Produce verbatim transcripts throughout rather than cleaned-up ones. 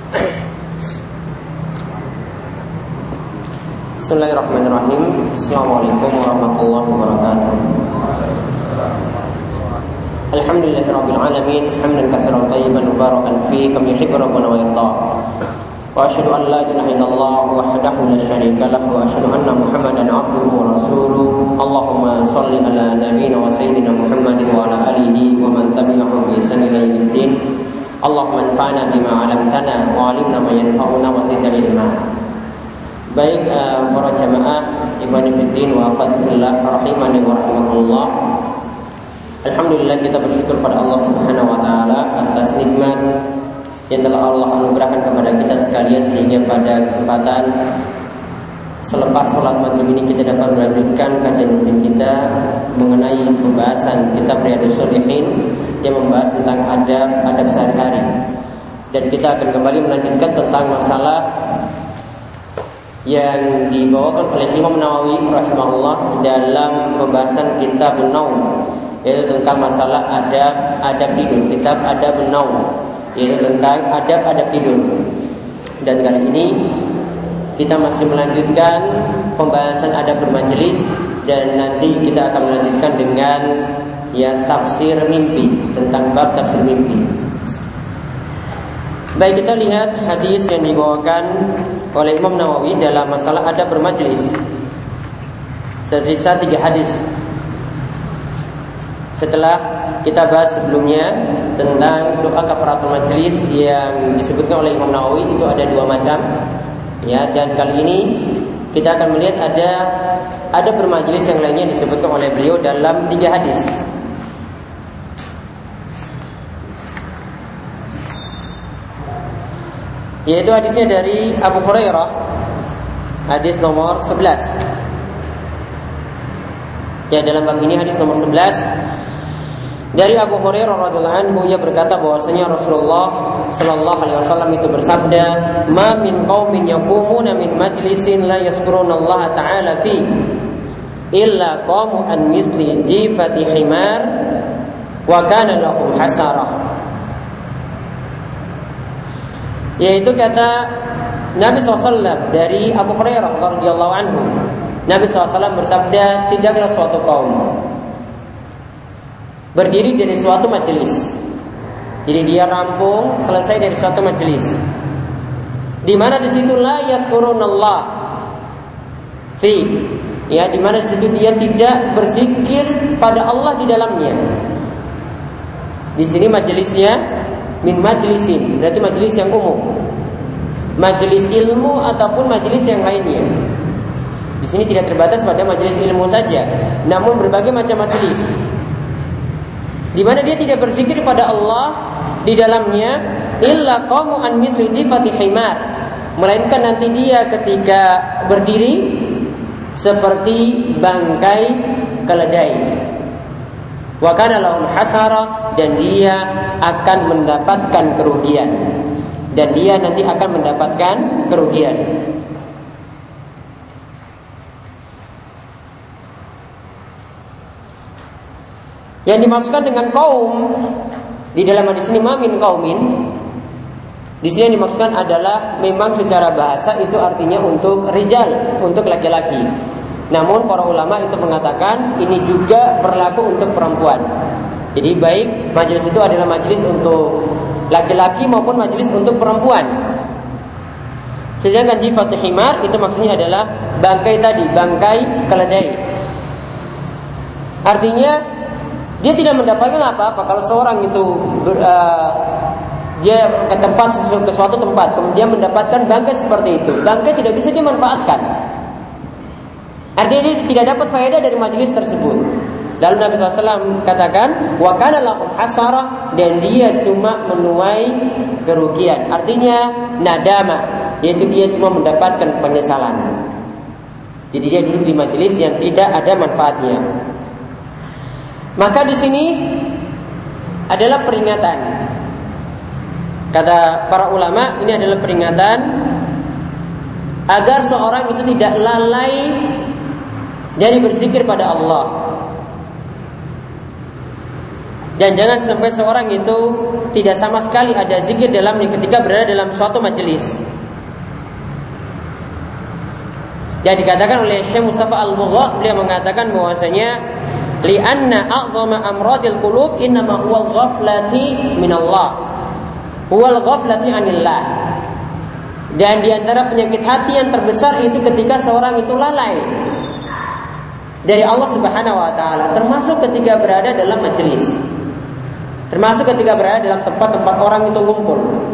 Bismillahirrahmanirrahim. Assalamualaikum warahmatullahi wabarakatuh. Alhamdulillahirabbil alamin, hamdan katsiran thayyiban mubarakan fihi kama yuhibbu rabbuna wa yarda. Wa asyhadu an la ilaha illallah wahdahu la syarika lahu wa asyhadu anna Muhammadan abduhu wa rasuluh. Allahumma shalli ala nabiyyina wa sayyidina Muhammadin wa ala alihi wa man tabi'ahum bi ihsan ila yaumiddin. Allahumma anfa'na bima 'allamtana wa 'allimna ma yanfa'una wa zidna ilma. Baik uh, para jamaah ikhwan fillah wa akhwat rahimani wa rahimakumullah. Alhamdulillah, kita bersyukur pada Allah Subhanahu wa taala atas nikmat yang telah Allah anugerahkan kepada kita sekalian, sehingga pada kesempatan selepas sholat maghrib ini kita dapat melanjutkan kajian rutin kita mengenai pembahasan kitab Riyadhus Shalihin yang membahas tentang adab adab sehari-hari. Dan kita akan kembali melanjutkan tentang masalah yang dibawakan oleh Imam Nawawi rahimahullah dalam pembahasan kitab An-Naum, yaitu tentang masalah adab adab tidur, kitab Adab An-Naum, yaitu tentang adab-adab tidur. Dan kali ini kita masih melanjutkan pembahasan adab bermajelis, dan nanti kita akan melanjutkan dengan ya tafsir mimpi, tentang bab tafsir mimpi. Baik, kita lihat hadis yang dibawakan oleh Imam Nawawi dalam masalah adab bermajelis. Tersisa tiga hadis. Setelah kita bahas sebelumnya tentang doa kafaratul majelis yang disebutkan oleh Imam Nawawi, itu ada dua macam. Ya, dan kali ini kita akan melihat ada ada bermajelis yang lainnya disebutkan oleh beliau dalam tiga hadis. Yaitu hadisnya dari Abu Hurairah, hadis nomor sebelas. Ya, dalam bab ini hadis nomor sebelas. Dari Abu Hurairah radhiyallahu anhu, ia berkata bahwasanya Rasulullah sallallahu alaihi wasallam itu bersabda, "Ma min qaumin yaqumuna min majlisin la yazkuruna Allah ta'ala fi illa qamu an misli jifati himar wa kana lahum hasarah." Yaitu kata Nabi shallallahu alaihi wasallam dari Abu Hurairah radhiyallahu anhu, Nabi shallallahu alaihi wasallam bersabda, tidaklah suatu kaum berdiri dari suatu majelis. Jadi dia rampung selesai dari suatu majelis, di mana di situ la yazkurunallah fi, ya, di mana di situ dia tidak berzikir pada Allah di dalamnya. Di sini majelisnya min majlisin, berarti majelis yang umum, majelis ilmu ataupun majelis yang lainnya. Di sini tidak terbatas pada majelis ilmu saja, namun berbagai macam majelis di mana dia tidak berzikir pada Allah di dalamnya, illa qamu an misli jifati himar, melainkan nanti dia ketika berdiri seperti bangkai keledai. Wa kana lahum hasara, dan dia akan mendapatkan kerugian, dan dia nanti akan mendapatkan kerugian. Yang dimaksudkan dengan kaum di dalam hadis ini, mamin kaumin, di sini yang dimaksudkan adalah memang secara bahasa itu artinya untuk rijal, untuk laki-laki. Namun para ulama itu mengatakan ini juga berlaku untuk perempuan. Jadi baik majelis itu adalah majelis untuk laki-laki maupun majelis untuk perempuan. Sedangkan jifatu himar itu maksudnya adalah bangkai tadi, bangkai keledai. Artinya dia tidak mendapatkan apa-apa kalau seorang itu ber, uh, dia ke tempat ke suatu tempat kemudian mendapatkan bangkai seperti itu. Bangkai tidak bisa dimanfaatkan. Artinya dia tidak dapat faedah dari majelis tersebut. Lalu Nabi shallallahu alaihi wasallam katakan, wa kana lahum hasarah, dan dia cuma menuai kerugian. Artinya nadama, yaitu dia cuma mendapatkan penyesalan. Jadi dia duduk di majelis yang tidak ada manfaatnya. Maka di sini adalah peringatan. Kata para ulama, ini adalah peringatan agar seorang itu tidak lalai dari berzikir pada Allah. Dan jangan sampai seorang itu tidak sama sekali ada zikir dalamnya ketika berada dalam suatu majelis. Dan dikatakan oleh Syekh Mustafa Al-Mugha, beliau mengatakan bahwasanya li'anna a'zama amradil qulub innama huwa ghaflati minallah, huwal ghaflati anillah. Dan di antara penyakit hati yang terbesar itu ketika seorang itu lalai dari Allah Subhanahu wa taala, termasuk ketika berada dalam majelis. Termasuk ketika berada dalam tempat-tempat orang itu ngumpul.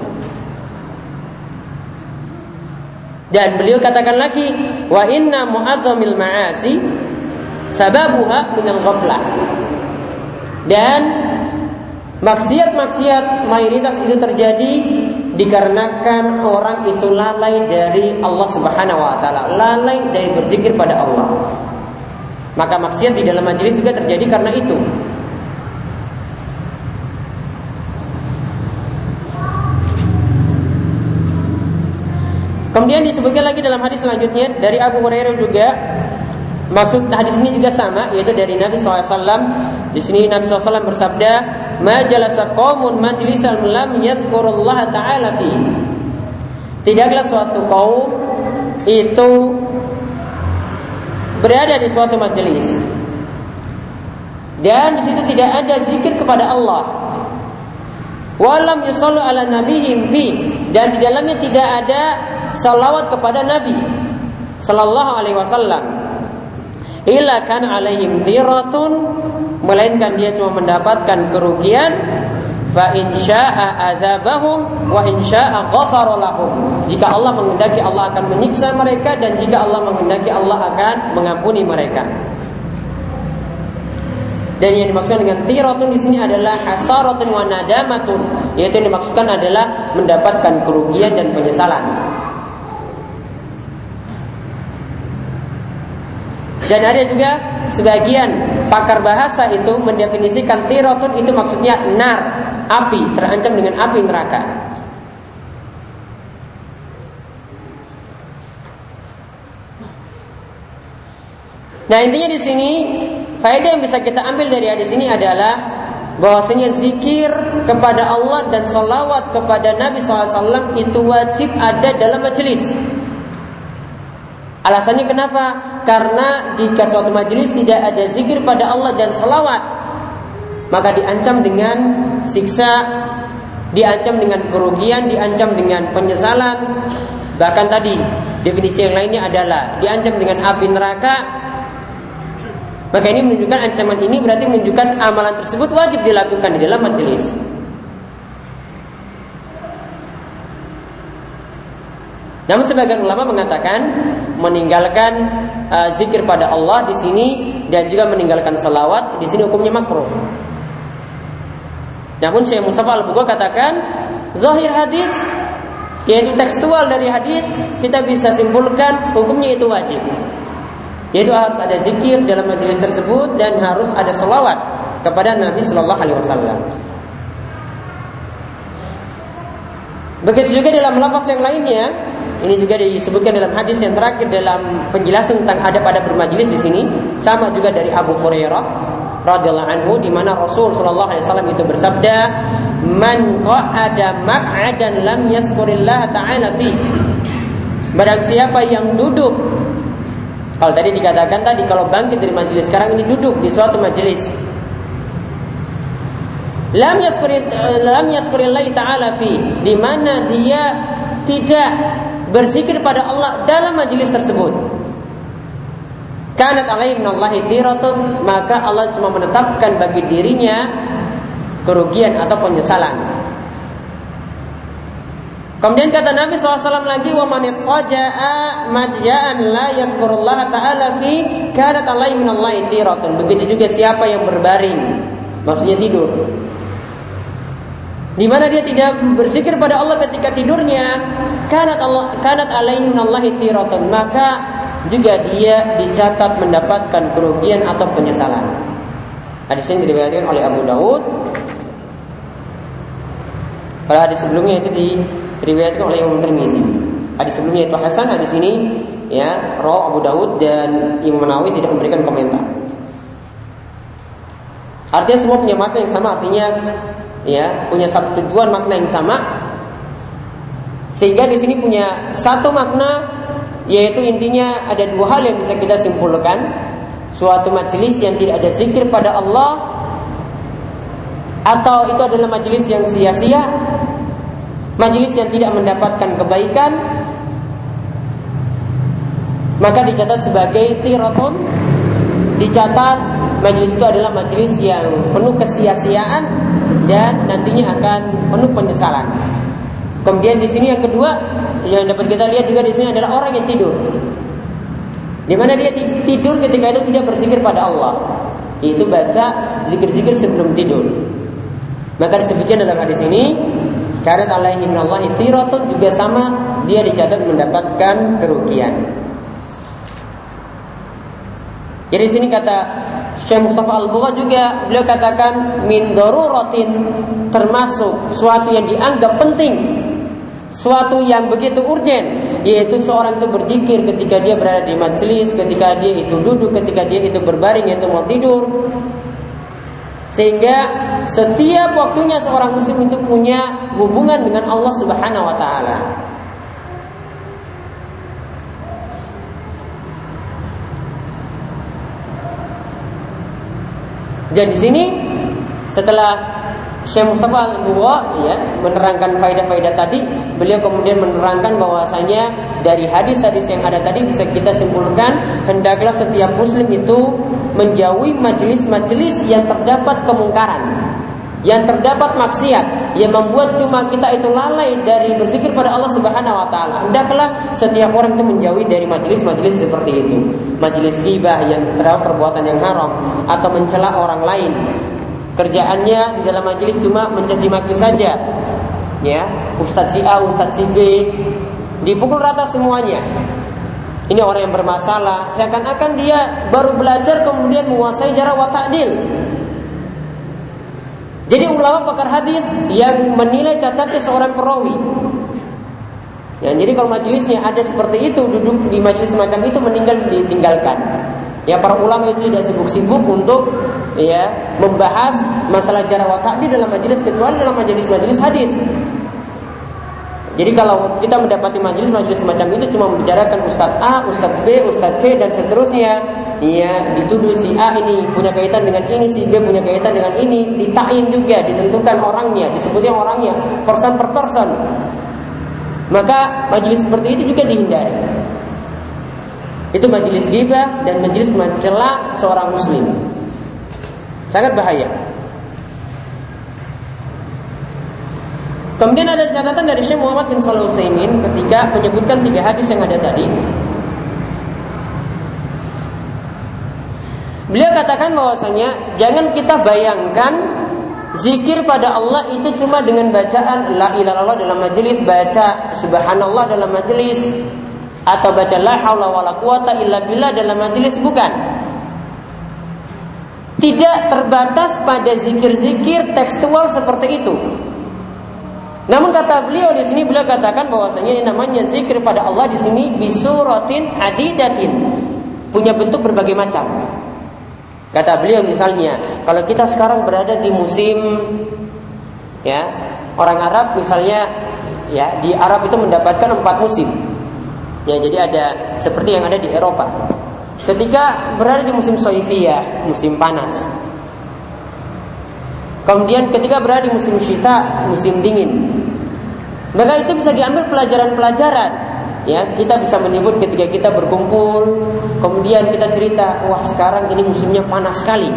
Dan beliau katakan lagi, wa inna mu'azzamil ma'asi sababuha minal ghaflah. Dan maksiat-maksiat mayoritas itu terjadi dikarenakan orang itu lalai dari Allah Subhanahu wa taala, lalai dari berzikir pada Allah. Maka maksiat di dalam majelis juga terjadi karena itu. Kemudian disebutkan lagi dalam hadis selanjutnya dari Abu Hurairah juga. Maksud hadis ini juga sama, yaitu dari Nabi shallallahu alaihi wasallam. Di sini Nabi shallallahu alaihi wasallam bersabda, "Ma jalasa qaumun majlisan lam yazkurullaha ta'ala fi." Tidaklah suatu kaum itu berada di suatu majelis dan di situ tidak ada zikir kepada Allah. Walam yusallu ala nabihim fi, dan di dalamnya tidak ada salawat kepada Nabi sallallahu alaihi wasallam. Illa kana alaihim tiratun, melainkan dia cuma mendapatkan kerugian. Fa in syaa'a adzabahum wa in syaa'a ghafara lahum. Jika Allah menghendaki, Allah akan menyiksa mereka, dan jika Allah menghendaki, Allah akan mengampuni mereka. Dan yang dimaksudkan dengan tiratun di sini adalah hasaratun wa nadamatun, yaitu yang dimaksudkan adalah mendapatkan kerugian dan penyesalan. Dan ada juga sebagian pakar bahasa itu mendefinisikan tiratun itu maksudnya nar, api, terancam dengan api neraka. Nah, intinya di sini faedah yang bisa kita ambil dari hadis ini adalah bahwasanya zikir kepada Allah dan salawat kepada Nabi shallallahu alaihi wasallam itu wajib ada dalam majelis. Alasannya kenapa? Karena jika suatu majelis tidak ada zikir pada Allah dan salawat, maka diancam dengan siksa, diancam dengan kerugian, diancam dengan penyesalan. Bahkan tadi definisi yang lainnya adalah diancam dengan api neraka. Maka ini menunjukkan ancaman ini berarti menunjukkan amalan tersebut wajib dilakukan di dalam majelis. Namun sebagian ulama mengatakan meninggalkan uh, zikir pada Allah di sini dan juga meninggalkan salawat di sini hukumnya makruh. Namun Syekh Mustafa Al-Bugha katakan zahir hadis, yaitu tekstual dari hadis, kita bisa simpulkan hukumnya itu wajib. Yaitu harus ada zikir dalam majelis tersebut dan harus ada salawat kepada Nabi Sallallahu Alaihi Wasallam. Begitu juga dalam lafaz yang lainnya, ini juga disebutkan dalam hadis yang terakhir dalam penjelasan tentang adab-adab bermajelis di sini, sama juga dari Abu Hurairah radhiyallahu anhu, di mana Rasul Sallallahu Alaihi Wasallam itu bersabda, "Man qa'ada maq'adan lam yazkurillah ta'ala fi." Barang siapa yang duduk, kalau tadi dikatakan tadi kalau bangkit dari majelis, sekarang ini duduk di suatu majelis, lam yazkuri lam yazkurillah ta'ala fi, di mana dia tidak berzikir pada Allah dalam majelis tersebut, kanat alaihi minallahi tiratun, maka Allah cuma menetapkan bagi dirinya kerugian atau penyesalan. Kemudian kata Nabi shallallahu alaihi wasallam lagi, wa man ittaja'a majja'an la yazkurullaha ta'ala fi kanat alaihi minallahi tiratun. Begitu juga siapa yang berbaring, maksudnya tidur, di mana dia tidak berzikir pada Allah ketika tidurnya, kanat Allah kanat alaihi minallahi tiratun, maka juga dia dicatat mendapatkan kerugian atau penyesalan. Hadis ini diriwayatkan oleh Abu Daud. Pada hadis sebelumnya itu diriwayatkan oleh Imam Tirmizi. Hadis sebelumnya itu hasan, hadis ini ya rawi Abu Daud, dan Imam Nawawi tidak memberikan komentar. Artinya semua punya makna yang sama, artinya ya punya satu tujuan, makna yang sama. Sehingga di sini punya satu makna, yaitu intinya ada dua hal yang bisa kita simpulkan. Suatu majelis yang tidak ada zikir pada Allah, atau itu adalah majelis yang sia-sia, majelis yang tidak mendapatkan kebaikan, maka dicatat sebagai tiratun, dicatat majelis itu adalah majelis yang penuh kesia-siaan dan nantinya akan penuh penyesalan. Kemudian di sini yang kedua yang dapat kita lihat juga di sini adalah orang yang tidur. Di mana dia tidur ketika itu tidak berzikir pada Allah, yaitu baca zikir-zikir sebelum tidur. Maka disebutkan dalam hadis ini, karena alaihi minallahi tiratun, juga sama, dia dicatat mendapatkan kerugian. Jadi sini kata Syekh Mustafa Al-Bugha juga, beliau katakan min daruratin, termasuk suatu yang dianggap penting, suatu yang begitu urgen, yaitu seorang itu berzikir ketika dia berada di majelis, ketika dia itu duduk, ketika dia itu berbaring, yaitu mau tidur. Sehingga setiap waktunya seorang muslim itu punya hubungan dengan Allah Subhanahu wa taala. Dan di sini setelah Syekh Mustafa Al-Bugha ya menerangkan faedah-faedah tadi, beliau kemudian menerangkan bahwasanya dari hadis-hadis yang ada tadi bisa kita simpulkan, hendaklah setiap muslim itu menjauhi majelis-majelis yang terdapat kemungkaran, yang terdapat maksiat, yang membuat cuma kita itu lalai dari berzikir pada Allah Subhanahu wa taala. Hendaklah setiap orang itu menjauhi dari majelis-majelis seperti itu. Majelis ghibah yang terdapat perbuatan yang haram atau mencela orang lain. Kerjaannya di dalam majelis cuma mencaci maki saja. Ya, Ustadz si A, Ustadz si B, dipukul rata semuanya. Ini orang yang bermasalah, seakan-akan dia baru belajar kemudian menguasai jarh wa ta'dil. Jadi ulama pakar hadis yang menilai cacatnya seorang perawi. Ya, jadi kalau majelisnya ada seperti itu, duduk di majelis semacam itu, meninggal ditinggalkan. Ya, para ulama itu tidak sibuk-sibuk untuk ya membahas masalah jarh wa ta'dil dalam majelis, kecuali dalam majelis-majelis hadis. Jadi kalau kita mendapati majelis-majelis semacam itu cuma membicarakan Ustadz A, Ustadz B, Ustadz C dan seterusnya, ya dituduh si A ini punya kaitan dengan ini, si B punya kaitan dengan ini, ditain juga, ditentukan orangnya, disebutnya orangnya, person per person. Maka majelis seperti itu juga dihindari. Itu majelis ghibah dan majelis mencela seorang muslim. Sangat bahaya. Kemudian ada catatan dari Syekh Muhammad bin Shalih Al-Utsaimin ketika menyebutkan tiga hadis yang ada tadi. Beliau katakan bahwasanya jangan kita bayangkan zikir pada Allah itu cuma dengan bacaan la ilaha illallah dalam majelis, baca subhanallah dalam majelis, atau baca la haula wala quwata illa billah dalam majelis, bukan. Tidak terbatas pada zikir-zikir tekstual seperti itu. Namun kata beliau di sini, beliau katakan bahwasanya yang namanya zikir pada Allah di sini bisuratin adidatin, punya bentuk berbagai macam. Kata beliau misalnya, kalau kita sekarang berada di musim ya, orang Arab misalnya ya, di Arab itu mendapatkan empat musim. Ya, jadi ada seperti yang ada di Eropa. Ketika berada di musim soifiyah, musim panas. Kemudian ketika berada di musim syita, musim dingin, maka itu bisa diambil pelajaran-pelajaran. Ya, kita bisa menyebut ketika kita berkumpul, kemudian kita cerita, wah sekarang ini musimnya panas sekali.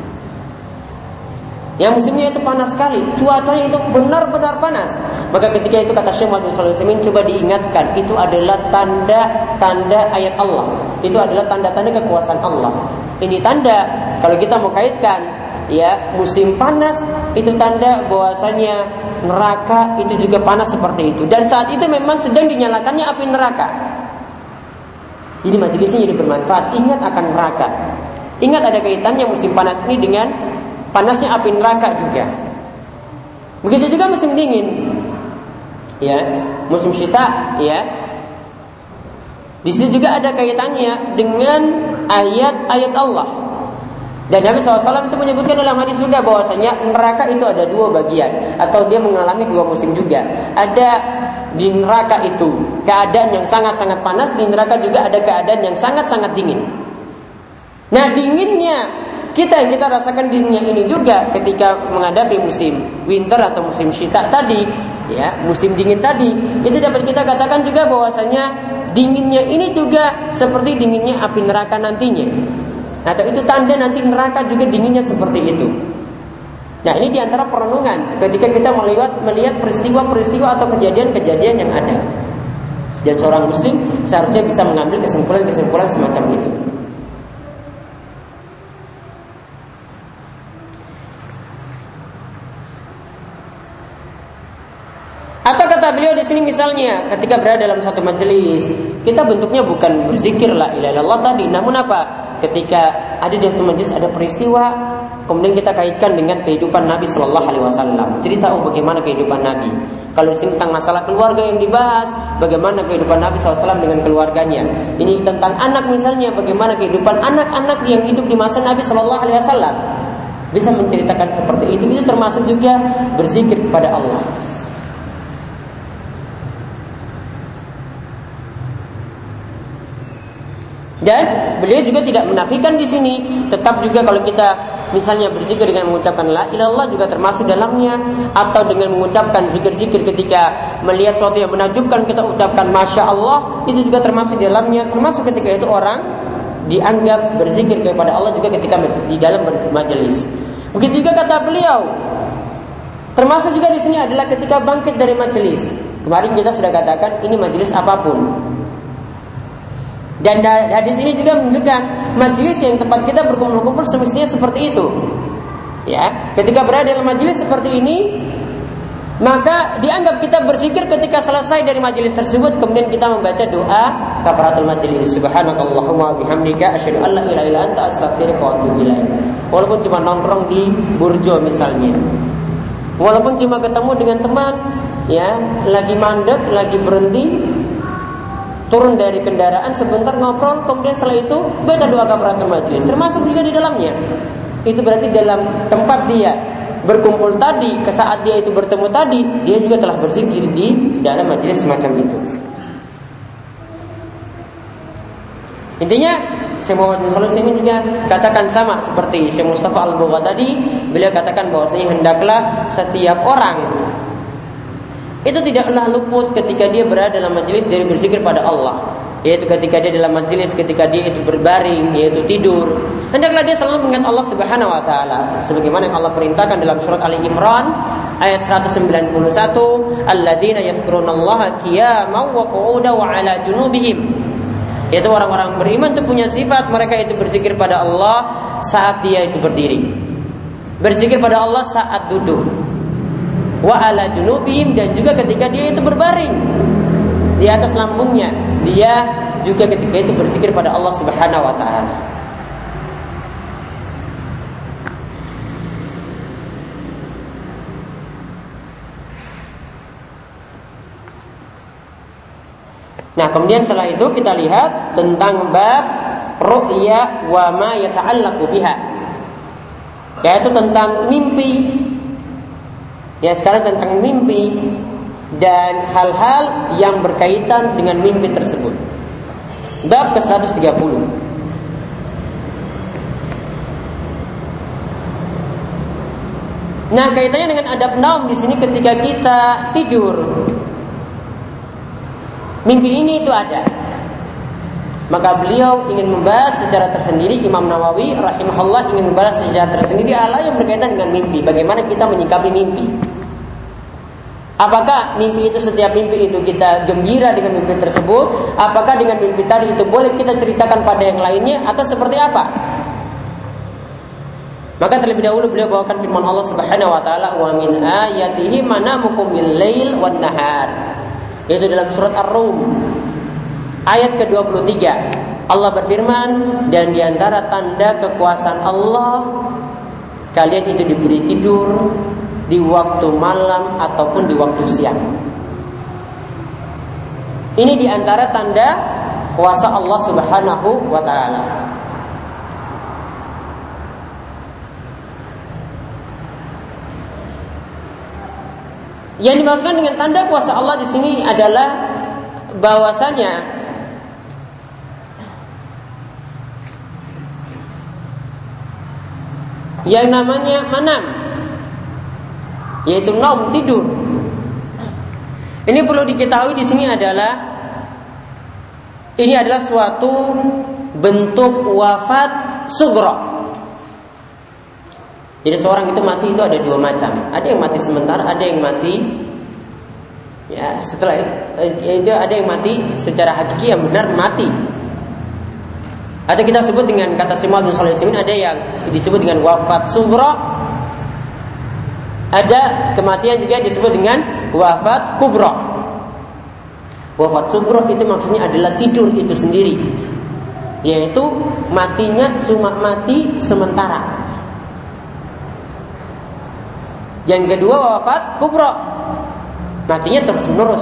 Ya, musimnya itu panas sekali, cuacanya itu benar-benar panas. Maka ketika itu kata Syekh Muhammad bin Shalih Al-Utsaimin, coba diingatkan, itu adalah tanda-tanda ayat Allah. Itu adalah tanda-tanda kekuasaan Allah. Ini tanda kalau kita mau kaitkan, ya musim panas itu tanda bahwasanya neraka itu juga panas seperti itu. Dan saat itu memang sedang dinyalakannya api neraka. Jadi majelisnya jadi bermanfaat. Ingat akan neraka. Ingat ada kaitannya musim panas ini dengan panasnya api neraka juga. Begitu juga musim dingin. Ya, musim syita, ya. Di situ juga ada kaitannya dengan ayat-ayat Allah. Dan Nabi shallallahu alaihi wasallam itu menyebutkan dalam hadis juga bahwasanya neraka itu ada dua bagian, atau dia mengalami dua musim juga. Ada di neraka itu keadaan yang sangat-sangat panas, di neraka juga ada keadaan yang sangat-sangat dingin. Nah, dinginnya kita yang kita rasakan dinginnya ini juga ketika menghadapi musim winter atau musim syita tadi, ya, musim dingin tadi, itu dapat kita katakan juga bahwasanya dinginnya ini juga seperti dinginnya api neraka nantinya. Atau itu tanda nanti neraka juga dinginnya seperti itu. Nah, ini diantara perenungan ketika kita melihat melihat peristiwa-peristiwa atau kejadian-kejadian yang ada. Dan seorang muslim seharusnya bisa mengambil kesimpulan-kesimpulan semacam itu. Atau kata beliau di sini misalnya ketika berada dalam satu majelis, kita bentuknya bukan berzikir la ilaha illallah tadi, namun apa? Ketika ada di satu majelis ada peristiwa, kemudian kita kaitkan dengan kehidupan Nabi Shallallahu Alaihi Wasallam. Cerita oh bagaimana kehidupan Nabi. Kalau di sini tentang masalah keluarga yang dibahas, bagaimana kehidupan Nabi Shallallahu Alaihi Wasallam dengan keluarganya. Ini tentang anak misalnya, bagaimana kehidupan anak-anak yang hidup di masa Nabi Shallallahu Alaihi Wasallam. Bisa menceritakan seperti itu, itu termasuk juga berzikir kepada Allah. Dan beliau juga tidak menafikan di sini, tetap juga kalau kita misalnya berzikir dengan mengucapkan la ilaha illallah juga termasuk dalamnya, atau dengan mengucapkan zikir-zikir ketika melihat sesuatu yang menakjubkan kita ucapkan masya Allah, itu juga termasuk dalamnya, termasuk ketika itu orang dianggap berzikir kepada Allah juga ketika di dalam majelis. Begitu juga kata beliau, termasuk juga di sini adalah ketika bangkit dari majelis. Kemarin kita sudah katakan ini majelis apapun. Dan hadis ini juga menunjukkan majelis yang tempat kita berkumpul-kumpul semestinya seperti itu. Ya, ketika berada dalam majelis seperti ini, maka dianggap kita berzikir ketika selesai dari majelis tersebut, kemudian kita membaca doa kafaratul majelis. Subhanakallahumma wa bihamdika asyhadu an la ilaha illa anta astaghfiruka wa atubu ilaik. Walaupun cuma nongkrong di burjo misalnya. Walaupun cuma ketemu dengan teman, ya, lagi mandek, lagi berhenti, turun dari kendaraan sebentar ngobrol, kemudian setelah itu baca doa kafaratul majelis, termasuk juga di dalamnya. Itu berarti dalam tempat dia berkumpul tadi, ke saat dia itu bertemu tadi, dia juga telah berzikir di dalam majelis semacam itu. Intinya Syekh Muhammad bin Shalih Al-Utsaimin juga katakan sama seperti Syekh Mustafa Al-Baghdadi tadi. Beliau katakan bahwasanya hendaklah setiap orang itu tidaklah luput ketika dia berada dalam majelis dari berzikir pada Allah, yaitu ketika dia dalam majelis, ketika dia itu berbaring, yaitu tidur, hendaklah dia selalu mengingat Allah Subhanahu wa taala sebagaimana yang Allah perintahkan dalam surat Ali Imran ayat seratus sembilan puluh satu, alladzina yazkurunallaha qiyaman wa qu'udan wa 'ala junubihim. Yaitu orang-orang beriman itu punya sifat mereka itu berzikir pada Allah saat dia itu berdiri, berzikir pada Allah saat duduk, wa ala junubihim, dan juga ketika dia itu berbaring di atas lambungnya, dia juga ketika itu berzikir pada Allah Subhanahu wa taala. Nah, kemudian setelah itu kita lihat tentang bab ru'ya wa ma yata'allaqu biha, yaitu tentang mimpi. Ya, sekarang tentang mimpi dan hal-hal yang berkaitan dengan mimpi tersebut. Bab ke seratus tiga puluh. Nah, kaitannya dengan adab naum di sini ketika kita tidur. Mimpi ini itu ada. Maka beliau ingin membahas secara tersendiri, Imam Nawawi rahimahullah ingin membahas secara tersendiri hal yang berkaitan dengan mimpi. Bagaimana kita menyikapi mimpi? Apakah mimpi itu, setiap mimpi itu kita gembira dengan mimpi tersebut? Apakah dengan mimpi tadi itu boleh kita ceritakan pada yang lainnya, atau seperti apa? Maka terlebih dahulu beliau bawakan firman Allah Subhanahu wa taala, wa min ayatihi manamukum bil lail wan nahar. Itu dalam surat Ar-Rum ayat ke dua puluh tiga. Allah berfirman, dan diantara tanda kekuasaan Allah, kalian itu diberi tidur di waktu malam ataupun di waktu siang. Ini diantara tanda kuasa Allah Subhanahu wa ta'ala. Yang dimaksudkan dengan tanda kuasa Allah di sini adalah bahwasanya yang namanya manam, yaitu naum, tidur. Ini perlu diketahui di sini adalah ini adalah suatu bentuk wafat sughra. Jadi seorang itu mati itu ada dua macam. Ada yang mati sementara, ada yang mati ya setelah itu ada yang mati secara hakiki yang benar mati. Atau kita sebut dengan kata Syekh Muhammad bin Shalih Al-Utsaimin, ada yang disebut dengan wafat sughra. Ada kematian juga disebut dengan wafat kubra. Wafat sughra itu maksudnya adalah tidur itu sendiri, yaitu matinya cuma mati sementara. Yang kedua wafat kubra, matinya terus menerus.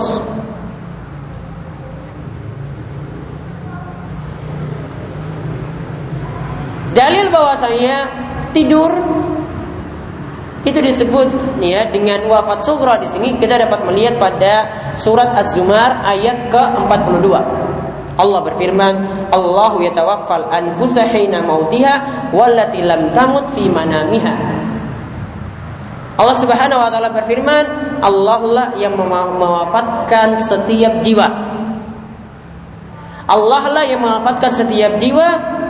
Dalil bahwasanya tidur itu disebut ya dengan wafat sughra di sini kita dapat melihat pada surat Az-Zumar ayat ke empat puluh dua. Allah berfirman, Allahu yatawaffal anfusa hina mautiha wallati lam tamut fi manamiha. Allah Subhanahu wa taala berfirman, Allah lah yang mewafatkan setiap jiwa. Allah lah yang mewafatkan setiap jiwa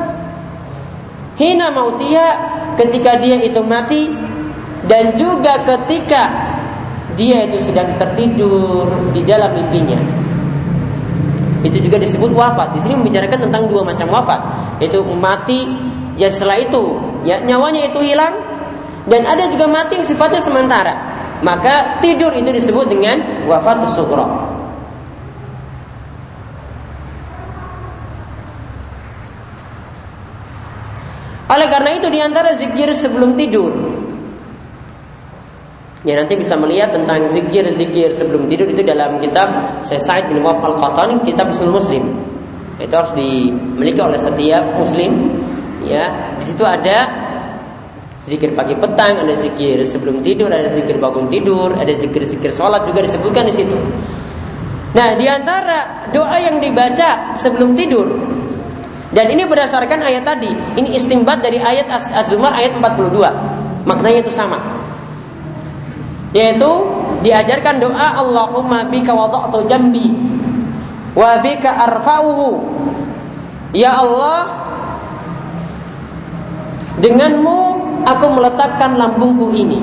hina mautiha, ketika dia itu mati, dan juga ketika dia itu sedang tertidur di dalam mimpinya. Itu juga disebut wafat. Di sini membicarakan tentang dua macam wafat, yaitu mati ya setelah itu ya nyawanya itu hilang, dan ada juga mati yang sifatnya sementara. Maka tidur itu disebut dengan wafat sughra. Oleh karena itu diantara zikir sebelum tidur, ya nanti bisa melihat tentang zikir-zikir sebelum tidur itu dalam kitab Syekh Sa'id bin Mu'adh Al-Qahtani, kitab Hisnul Muslim. Itu harus dimiliki oleh setiap muslim. Ya, di situ ada zikir pagi petang, ada zikir sebelum tidur, ada zikir bangun tidur, ada zikir-zikir sholat juga disebutkan di situ. Nah, di antara doa yang dibaca sebelum tidur, dan ini berdasarkan ayat tadi, ini istinbat dari ayat Az-Zumar ayat empat puluh dua. Maknanya itu sama. Yaitu diajarkan doa Allahumma bika wada'tu jambi wa bika arfa'uhu. Ya Allah, denganmu aku meletakkan lambungku ini,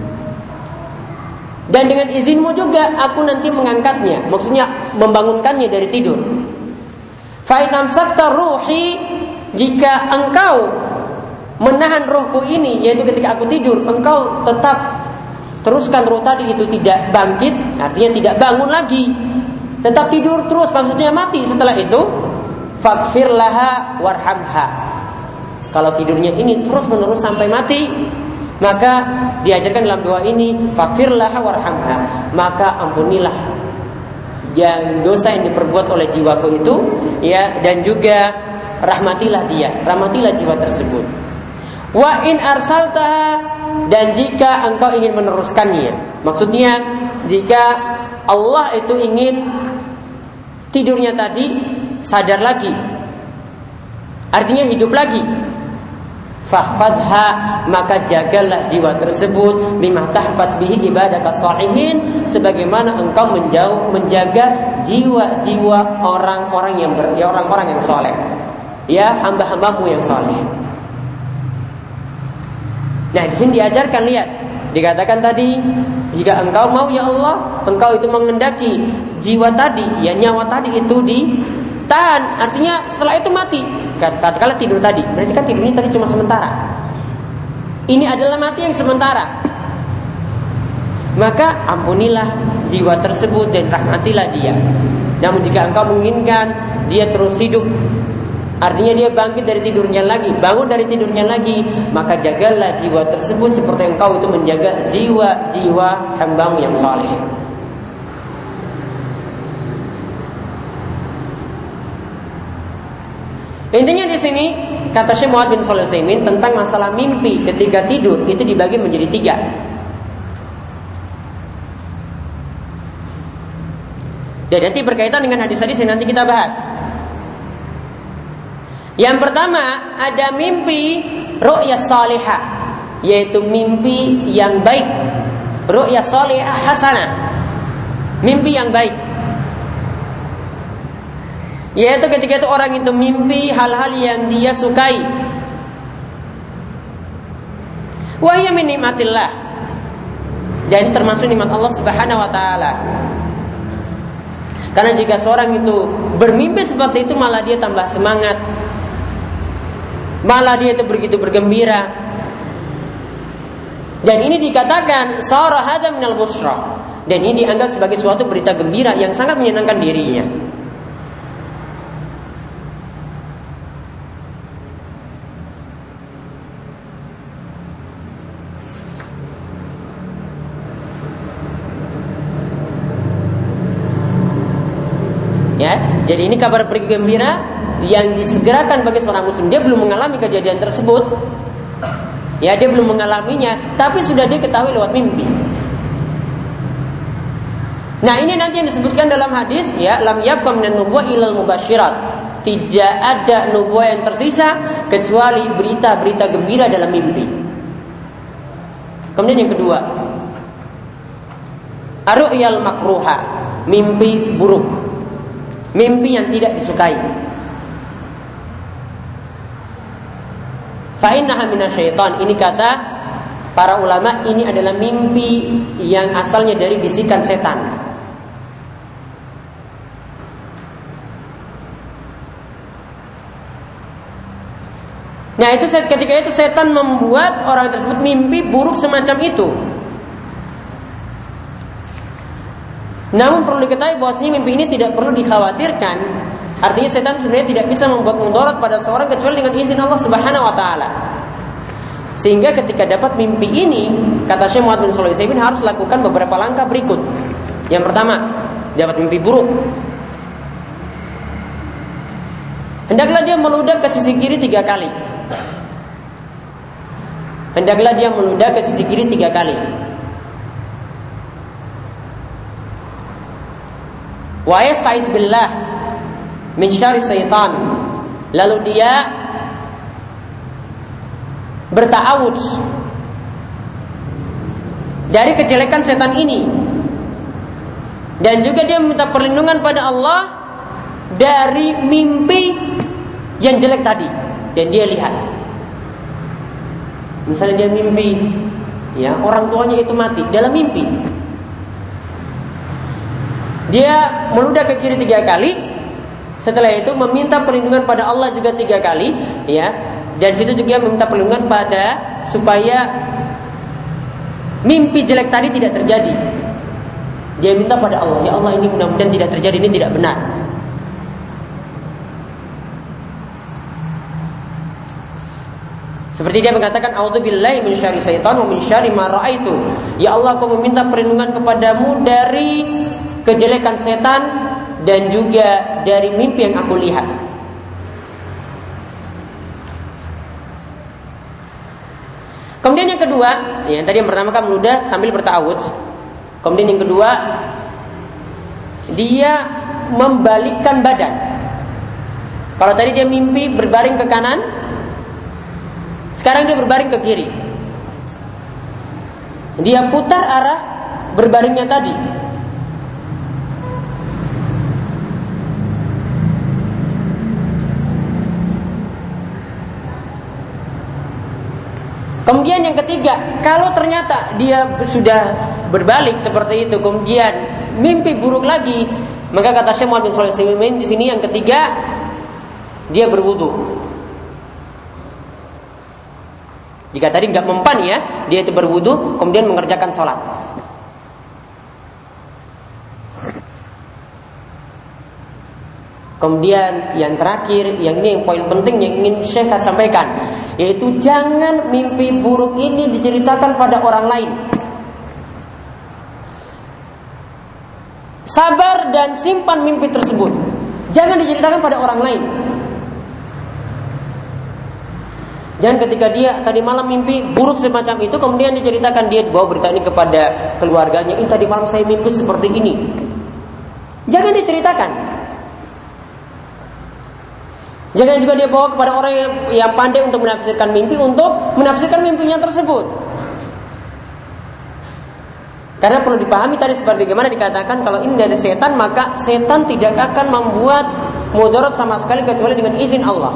dan dengan izinmu juga aku nanti mengangkatnya, maksudnya membangunkannya dari tidur. Fa in amsakta ruhi, jika engkau menahan ruhku ini, yaitu ketika aku tidur engkau tetap teruskan ruh tadi itu tidak bangkit, artinya tidak bangun lagi, tetap tidur terus, maksudnya mati setelah itu, faghfir laha warhamha. Kalau tidurnya ini terus menerus sampai mati, maka diajarkan dalam doa ini, faghfir laha warhamha, maka ampunilah yang dosa yang diperbuat oleh jiwaku itu, ya, dan juga rahmatilah dia, rahmatilah jiwa tersebut. Wa in arsaltaha, dan jika engkau ingin meneruskannya, maksudnya jika Allah itu ingin tidurnya tadi sadar lagi, artinya hidup lagi, fahfadha, maka jagalah jiwa tersebut, bima tahfadz bihi ibadaka shalihin, sebagaimana engkau menjauh menjaga jiwa-jiwa orang-orang yang ber, ya orang-orang yang soleh, ya hamba-hambamu yang soleh. Nah, di sini diajarkan, lihat, dikatakan tadi, jika engkau mau ya Allah, engkau itu mengendaki jiwa tadi, ya nyawa tadi itu ditahan, artinya setelah itu mati. Katakanlah tidur tadi, berarti kan tidurnya tadi cuma sementara. Ini adalah mati yang sementara. Maka ampunilah jiwa tersebut dan rahmatilah dia. Namun jika engkau menginginkan dia terus hidup, artinya dia bangkit dari tidurnya lagi, bangun dari tidurnya lagi, maka jagalah jiwa tersebut seperti engkau itu menjaga jiwa-jiwa hambamu yang saleh. Intinya di sini kata Syekh Muhammad bin Shalih Al-Utsaimin tentang masalah mimpi ketika tidur itu dibagi menjadi tiga. Dan nanti berkaitan dengan hadis-hadis yang nanti kita bahas. Yang pertama, ada mimpi ru'ya salihah, yaitu mimpi yang baik. Ru'ya salihah hasanah, mimpi yang baik. Yaitu ketika itu orang itu mimpi hal-hal yang dia sukai. Wa hiya min nikmatillah. Dan termasuk nikmat Allah Subhanahu wa taala. Karena jika seorang itu bermimpi seperti itu, malah dia tambah semangat, malah dia itu begitu bergembira. Dan ini dikatakan sara hadza minal busra. Dan ini dianggap sebagai suatu berita gembira yang sangat menyenangkan dirinya. Ya, jadi ini kabar bergembira yang disegerakan bagi seorang muslim. Dia belum mengalami kejadian tersebut. Ya, dia belum mengalaminya, tapi sudah dia ketahui lewat mimpi. Nah, ini nanti yang disebutkan dalam hadis, ya, lam yabqa minan nubuwah ilal mubasyirat. Tidak ada nubuwah yang tersisa kecuali berita-berita gembira dalam mimpi. Kemudian yang kedua, ar-ru'yal makruha, mimpi buruk. Mimpi yang tidak disukai. Fa innaha minasyaitan. Ini kata para ulama, ini adalah mimpi yang asalnya dari bisikan setan. Nah, itu ketika itu setan membuat orang tersebut mimpi buruk semacam itu. Namun perlu diketahui bahwasanya mimpi ini tidak perlu dikhawatirkan. Artinya setan sebenarnya tidak bisa membuat mudarat pada seorang kecuali dengan izin Allah Subhanahu wa taala. Sehingga ketika dapat mimpi ini, kata Syekh Muhammad bin Shalih Al-Utsaimin, harus lakukan beberapa langkah berikut. Yang pertama, dapat mimpi buruk, hendaklah dia meludah ke sisi kiri tiga kali. Hendaklah dia meludah ke sisi kiri tiga kali. Wa yasta'iz billah min syarri syaitan. Lalu dia berta'awudz dari kejelekan setan ini. Dan juga dia meminta perlindungan pada Allah dari mimpi yang jelek tadi yang dia lihat. Misalnya dia mimpi, ya, orang tuanya itu mati dalam mimpi. Dia meludah ke kiri tiga kali. Setelah itu meminta perlindungan pada Allah juga tiga kali, ya. Dan situ juga meminta perlindungan pada supaya mimpi jelek tadi tidak terjadi. Dia minta pada Allah, ya Allah, ini mudah-mudahan tidak terjadi, ini tidak benar. Seperti dia mengatakan, a'udzubillahi min syarri syaitan wa min syarri ma ra'aitu. Ya Allah, aku meminta perlindungan kepadamu dari kejelekan setan dan juga dari mimpi yang aku lihat. Kemudian yang kedua, ya, tadi yang pertama kan meludah sambil berta'awudz. Kemudian yang kedua, dia membalikkan badan. Kalau tadi dia mimpi berbaring ke kanan, sekarang dia berbaring ke kiri. Dia putar arah berbaringnya tadi. Kemudian yang ketiga, kalau ternyata dia sudah berbalik seperti itu, kemudian mimpi buruk lagi, maka kata Syekh Muhammad bin Shalih Al-Utsaimin di sini yang ketiga, dia berwudu. Jika tadi nggak mempan, ya, dia itu berwudu, kemudian mengerjakan sholat. Kemudian yang terakhir, yang ini yang poin penting yang ingin Syekh sampaikan, yaitu jangan mimpi buruk ini diceritakan pada orang lain. Sabar dan simpan mimpi tersebut. Jangan diceritakan pada orang lain. Jangan ketika dia tadi malam mimpi buruk semacam itu, kemudian diceritakan, dia bawa berita ini kepada keluarganya, ini tadi malam saya mimpi seperti ini. Jangan diceritakan. Jangan juga dia bawa kepada orang yang, yang pandai untuk menafsirkan mimpi, untuk menafsirkan mimpinya tersebut. Karena perlu dipahami tadi seperti bagaimana dikatakan, kalau ini dari setan, maka setan tidak akan membuat mudarat sama sekali kecuali dengan izin Allah.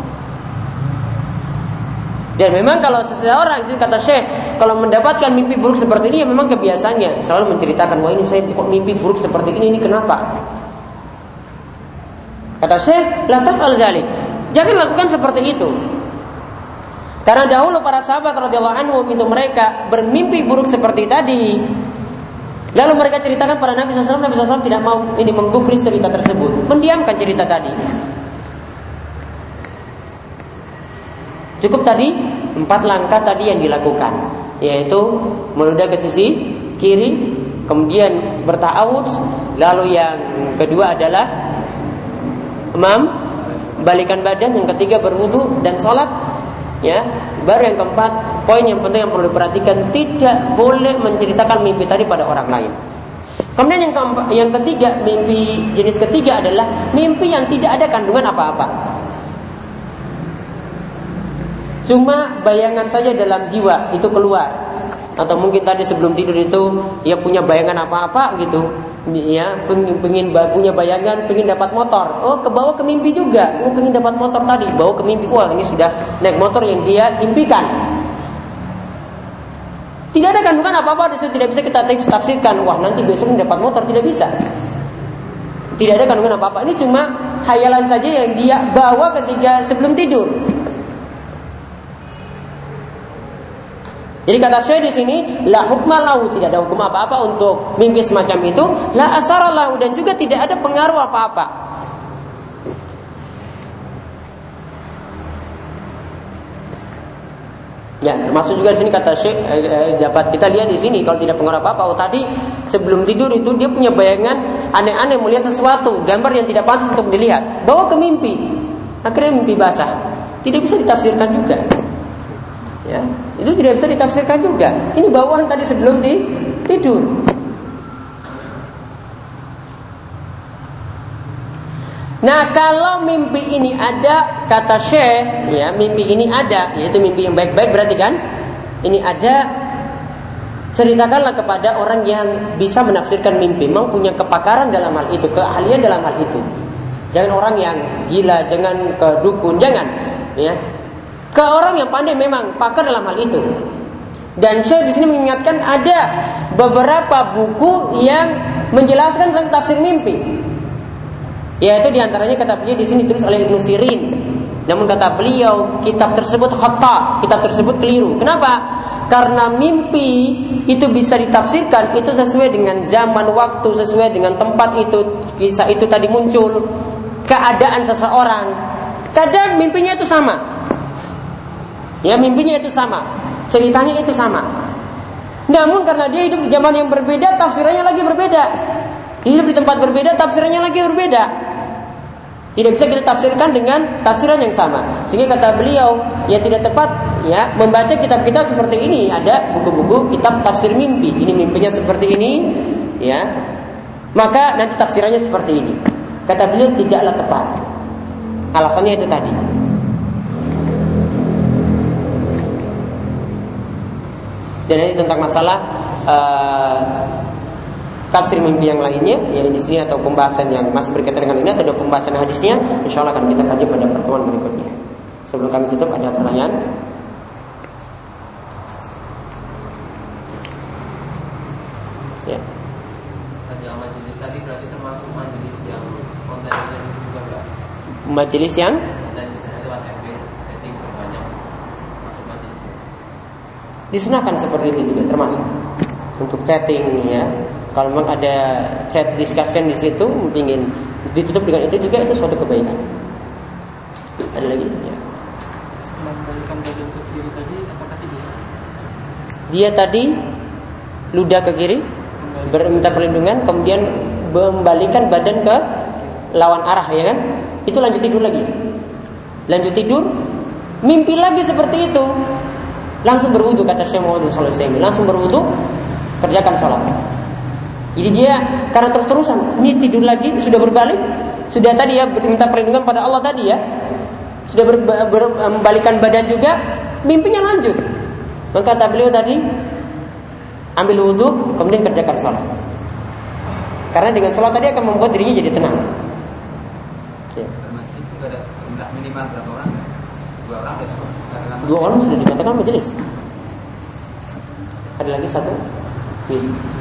Dan memang kalau seseorang, kata Syekh, kalau mendapatkan mimpi buruk seperti ini, ya memang kebiasaannya selalu menceritakan, wah ini saya kok mimpi buruk seperti ini, ini kenapa? Kata Syekh, la taf'al dzalik. Jangan lakukan seperti itu. Karena dahulu para sahabat radhiyallahu anhum itu mereka bermimpi buruk seperti tadi. Lalu mereka ceritakan pada Nabi sallallahu alaihi wasallam. Nabi sallallahu alaihi wasallam tidak mau ini menggubris cerita tersebut, mendiamkan cerita tadi. Cukup tadi empat langkah tadi yang dilakukan, yaitu meludah ke sisi kiri, kemudian berta'awudz, lalu yang kedua adalah membalikan badan, yang ketiga berwudu dan sholat, ya. Baru yang keempat, poin yang penting yang perlu diperhatikan, tidak boleh menceritakan mimpi tadi pada orang lain. Kemudian yang keempat, yang ketiga, mimpi jenis ketiga adalah mimpi yang tidak ada kandungan apa-apa. Cuma bayangan saja dalam jiwa itu keluar. Atau mungkin tadi sebelum tidur itu ya punya bayangan apa-apa gitu. Ya, pengen, pengen punya bayangan, pengen dapat motor. Oh, kebawa ke mimpi juga. Oh, pengen dapat motor tadi, bawa ke mimpi. Wah, ini sudah naik motor yang dia impikan. Tidak ada kandungan apa-apa di situ, tidak bisa kita tafsirkan. Wah, nanti besok dapat motor, tidak bisa. Tidak ada kandungan apa-apa. Ini cuma khayalan saja yang dia bawa ketika sebelum tidur. Jadi kata Syekh di sini, la hukma lahu, tidak ada hukum apa-apa untuk mimpi semacam itu, la asara lahu, dan juga tidak ada pengaruh apa-apa. Ya, termasuk juga di sini kata Syekh, eh, eh, dapat kita lihat di sini kalau tidak pengaruh apa-apa. Oh, tadi sebelum tidur itu dia punya bayangan aneh-aneh, melihat sesuatu, gambar yang tidak pantas untuk dilihat, bawa ke mimpi, akhirnya mimpi basah, tidak bisa ditafsirkan juga. Ya, itu tidak bisa ditafsirkan juga. Ini bawaan tadi sebelum di tidur. Nah, kalau mimpi ini ada, kata Syekh, ya, mimpi ini ada, yaitu mimpi yang baik-baik berarti kan? Ini ada, ceritakanlah kepada orang yang bisa menafsirkan mimpi, memang punya kepakaran dalam hal itu, keahlian dalam hal itu. Jangan orang yang gila, jangan ke dukun, jangan, ya. Ke orang yang pandai memang pakar dalam hal itu. Dan Syekh di sini mengingatkan ada beberapa buku yang menjelaskan tentang tafsir mimpi. Yaitu diantaranya kata beliau di sini tulis oleh Ibnu Sirin. Namun kata beliau kitab tersebut khata, kitab tersebut keliru. Kenapa? Karena mimpi itu bisa ditafsirkan itu sesuai dengan zaman waktu, sesuai dengan tempat itu kisah itu tadi muncul, keadaan seseorang. Kadang mimpinya itu sama. Ya, mimpinya itu sama, ceritanya itu sama. Namun karena dia hidup di zaman yang berbeda, tafsirannya lagi berbeda. Hidup di tempat berbeda, tafsirannya lagi berbeda. Tidak bisa kita tafsirkan dengan tafsiran yang sama. Sehingga kata beliau, ya tidak tepat ya membaca kitab-kitab seperti ini. Ada buku-buku kitab tafsir mimpi. Ini mimpinya seperti ini, ya. Maka nanti tafsirannya seperti ini. Kata beliau tidaklah tepat. Alasannya itu tadi. Dan ini tentang masalah uh, tafsir mimpi yang lainnya, yang di sini atau pembahasan yang masih berkaitan dengan ini atau ada pembahasan hadisnya, insya Allah akan kita kaji pada pertemuan berikutnya. Sebelum kami tutup, ada pertanyaan? Ya. Tadi majelis tadi berarti termasuk majelis yang kontennya juga enggak? Majelis yang? Konten misalnya lewat F B, setting berbanyak, masuk majelis. Disunahkan seperti itu juga termasuk untuk chatting ya. Kalau memang ada chat discussion di situ, ingin ditutup dengan itu juga, itu suatu kebaikan. Ada lagi? Ya. Setelah membalikan badan ke kiri tadi, apakah tidur? Dia tadi ludah ke kiri, meminta perlindungan, kemudian membalikan badan ke lawan arah, ya kan? Itu lanjut tidur lagi. Lanjut tidur, mimpi lagi seperti itu. Langsung berwudu, kata Syekh Muhammad sallallahu alaihi wasallam. Langsung berwudu, kerjakan sholat. Jadi dia karena terus-terusan ini tidur lagi, sudah berbalik, sudah tadi ya minta perlindungan pada Allah tadi ya, sudah ber, ber, membalikan badan juga, mimpinya lanjut. Maka kata beliau tadi, ambil wudhu, kemudian kerjakan sholat. Karena dengan sholat tadi akan membuat dirinya jadi tenang. Ya. Ada jumlah minimal berapa orang? Dua orang ada sholat. Dua orang sudah dikatakan majelis. Ada lagi satu. Nih.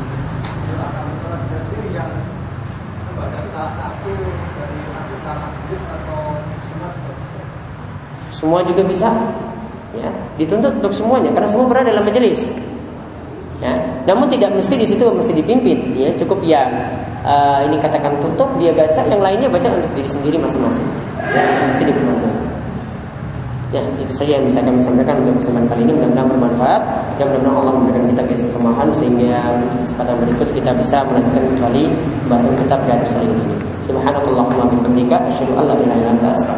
Semua juga bisa, ya, dituntut untuk semuanya karena semua berada dalam majelis. Ya, namun tidak mesti di situ mesti dipimpin, ya, cukup ya uh, ini katakan tutup dia baca, yang lainnya baca untuk diri sendiri masing-masing. Ya, tidak mesti dipimpin. Ya, itu saja yang bisa kami sampaikan untuk kesempatan kali ini. Mudah-mudahan bermanfaat. Ya, mudah-mudahan Allah memberikan kita keistiqomahan sehingga kesempatan berikut kita bisa melanjutkan kembali pembahasan kitab Riyadhus Shalihin ini. Subhanakallahumma wa bihamdika asyhadu an la ilaha illa anta